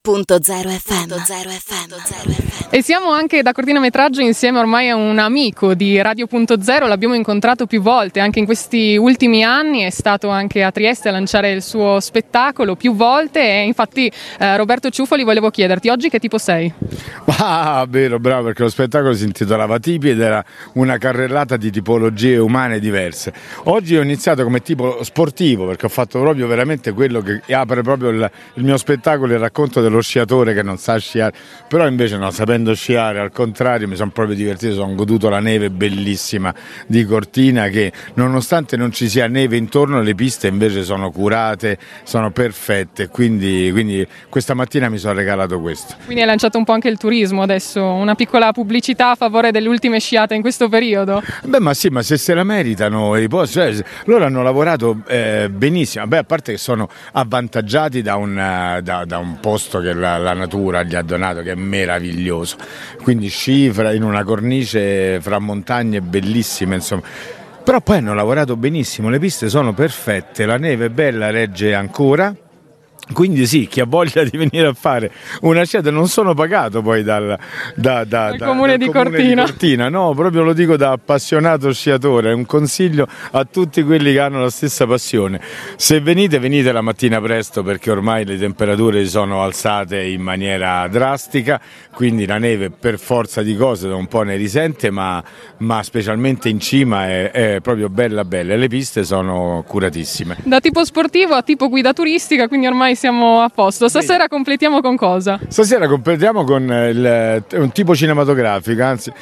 100.0 FM. E siamo anche da Cortinametraggio insieme ormai a un amico di Radio.0, l'abbiamo incontrato più volte anche in questi ultimi anni, è stato anche a Trieste a lanciare il suo spettacolo più volte e infatti Roberto Ciuffoli, volevo chiederti oggi che tipo sei? Vero, bravo, perché lo spettacolo si intitolava Tipi ed era una carrellata di tipologie umane diverse. Oggi ho iniziato come tipo sportivo perché ho fatto proprio veramente quello che apre proprio il mio spettacolo, il racconto dello sciatore che non sa sciare, però invece no, sapendo sciare, al contrario mi sono proprio divertito, sono goduto la neve bellissima di Cortina che nonostante non ci sia neve intorno le piste invece sono curate, sono perfette, quindi questa mattina mi sono regalato questo. Quindi hai lanciato un po' anche il turismo adesso, una piccola pubblicità a favore delle ultime sciate in questo periodo? Ma sì, ma se la meritano loro hanno lavorato benissimo, a parte che sono avvantaggiati da un posto che la natura gli ha donato che è meraviglioso, quindi sci in una cornice fra montagne bellissime, insomma. Però poi hanno lavorato benissimo, le piste sono perfette, la neve è bella, regge ancora. Quindi sì, chi ha voglia di venire a fare una sciata, non sono pagato poi dal comune di Cortina. No, proprio lo dico da appassionato sciatore, è un consiglio a tutti quelli che hanno la stessa passione. Se venite la mattina presto perché ormai le temperature si sono alzate in maniera drastica, quindi la neve per forza di cose da un po' ne risente, ma specialmente in cima è proprio bella, e le piste sono curatissime. Da tipo sportivo a tipo guida turistica, quindi ormai siamo a posto. Stasera completiamo con cosa? Stasera completiamo con un tipo cinematografico, anzi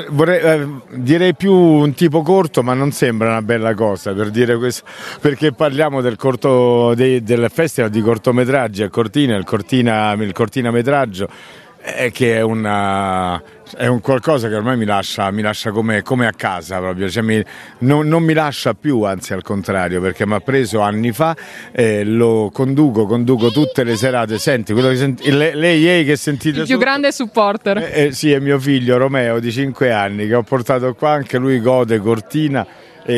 direi più un tipo corto, ma non sembra una bella cosa per dire questo, perché parliamo del festival di cortometraggi a Cortina, il cortinametraggio, che è un qualcosa che ormai mi lascia come a casa proprio, non mi lascia più, anzi al contrario, perché mi ha preso anni fa, lo conduco tutte le serate. Senti, quello che lei che sentite il più grande supporter. Sì, è mio figlio Romeo di 5 anni che ho portato qua, anche lui gode Cortina.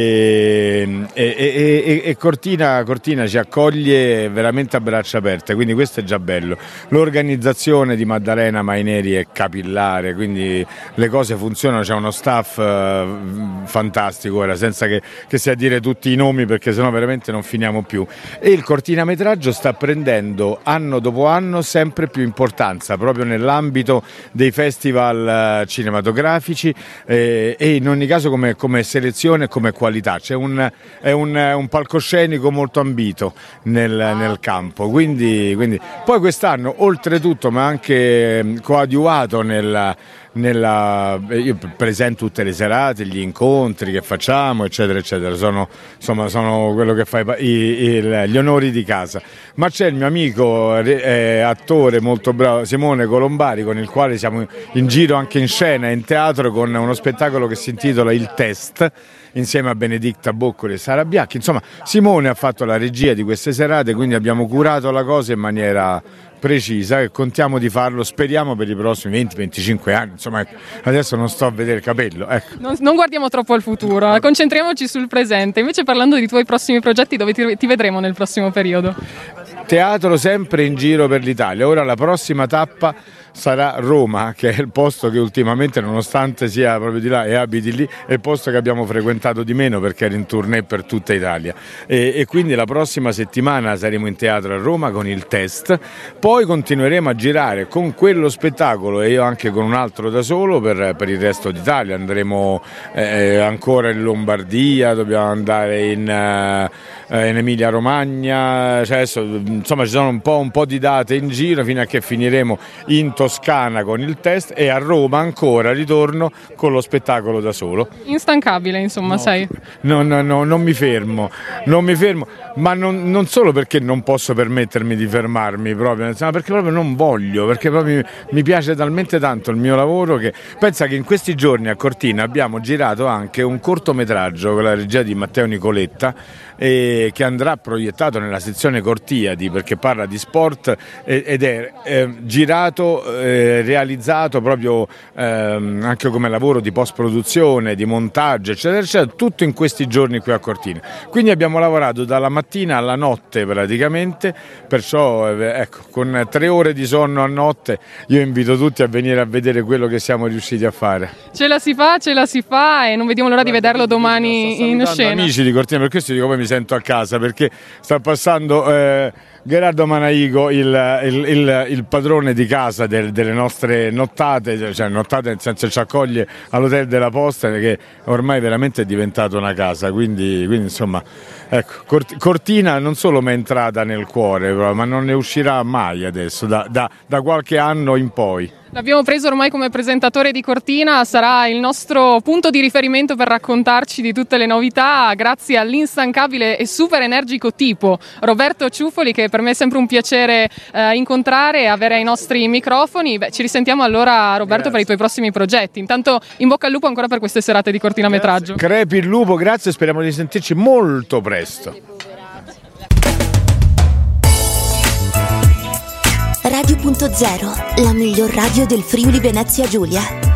E Cortina ci accoglie veramente a braccia aperte, quindi questo è già bello. L'organizzazione di Maddalena Maineri è capillare, quindi le cose funzionano, c'è uno staff fantastico ora, senza che sia a dire tutti i nomi perché sennò veramente non finiamo più. E il cortinametraggio sta prendendo anno dopo anno sempre più importanza proprio nell'ambito dei festival cinematografici e in ogni caso come selezione e come qualità, è un palcoscenico molto ambito nel campo, quindi poi quest'anno oltretutto ma anche coadiuvato io presento tutte le serate, gli incontri che facciamo eccetera eccetera, sono quello che fa gli onori di casa, ma c'è il mio amico attore molto bravo Simone Colombari, con il quale siamo in giro anche in scena e in teatro con uno spettacolo che si intitola Il Test, insieme a Benedicta Boccoli e Sara Biacchi. Insomma, Simone ha fatto la regia di queste serate, quindi abbiamo curato la cosa in maniera precisa e contiamo di farlo, speriamo per i prossimi 20-25 anni, insomma, adesso non sto a vedere il capello, ecco. Non guardiamo troppo al futuro, concentriamoci sul presente. Invece, parlando di tuoi prossimi progetti, dove ti vedremo nel prossimo periodo? Teatro sempre in giro per l'Italia. Ora la prossima tappa sarà Roma, che è il posto che ultimamente, nonostante sia proprio di là e abiti lì, è il posto che abbiamo frequentato di meno perché ero in tournée per tutta Italia, e quindi la prossima settimana saremo in teatro a Roma con Il Test, poi continueremo a girare con quello spettacolo e io anche con un altro da solo per il resto d'Italia. Andremo ancora in Lombardia, dobbiamo andare in Emilia Romagna, adesso, insomma ci sono un po' di date in giro fino a che finiremo in Toscana con Il Test e a Roma ancora ritorno con lo spettacolo da solo. Instancabile, insomma, no, sei? No, non mi fermo, ma non solo perché non posso permettermi di fermarmi proprio, ma perché proprio non voglio, perché proprio mi piace talmente tanto il mio lavoro che pensa che in questi giorni a Cortina abbiamo girato anche un cortometraggio con la regia di Matteo Nicoletta, che andrà proiettato nella sezione Cortiadi perché parla di sport ed è girato, realizzato proprio anche come lavoro di post produzione, di montaggio eccetera eccetera, tutto in questi giorni qui a Cortina. Quindi abbiamo lavorato dalla mattina alla notte praticamente, perciò ecco, con 3 ore di sonno a notte, io invito tutti a venire a vedere quello che siamo riusciti a fare. Ce la si fa e non vediamo l'ora di vederlo domani in scena. Amici di Cortina, per questo dico poi mi sento a casa, perché sta passando Gerardo Manaico, il padrone di casa delle nostre nottate, cioè nottate nel senso ci accoglie all'hotel della Posta, che ormai veramente è diventato una casa, quindi insomma, ecco, Cortina non solo mi è entrata nel cuore, ma non ne uscirà mai adesso, da qualche anno in poi. L'abbiamo preso ormai come presentatore di Cortina, sarà il nostro punto di riferimento per raccontarci di tutte le novità, grazie all'instancabile e super energico tipo Roberto Ciuffoli, che per me è sempre un piacere incontrare e avere ai nostri microfoni. Ci risentiamo allora, Roberto. Grazie. Per i tuoi prossimi progetti. Intanto in bocca al lupo ancora per queste serate di cortinametraggio. Crepi il lupo, grazie, speriamo di sentirci molto presto. Radio.0, la miglior radio del Friuli Venezia Giulia.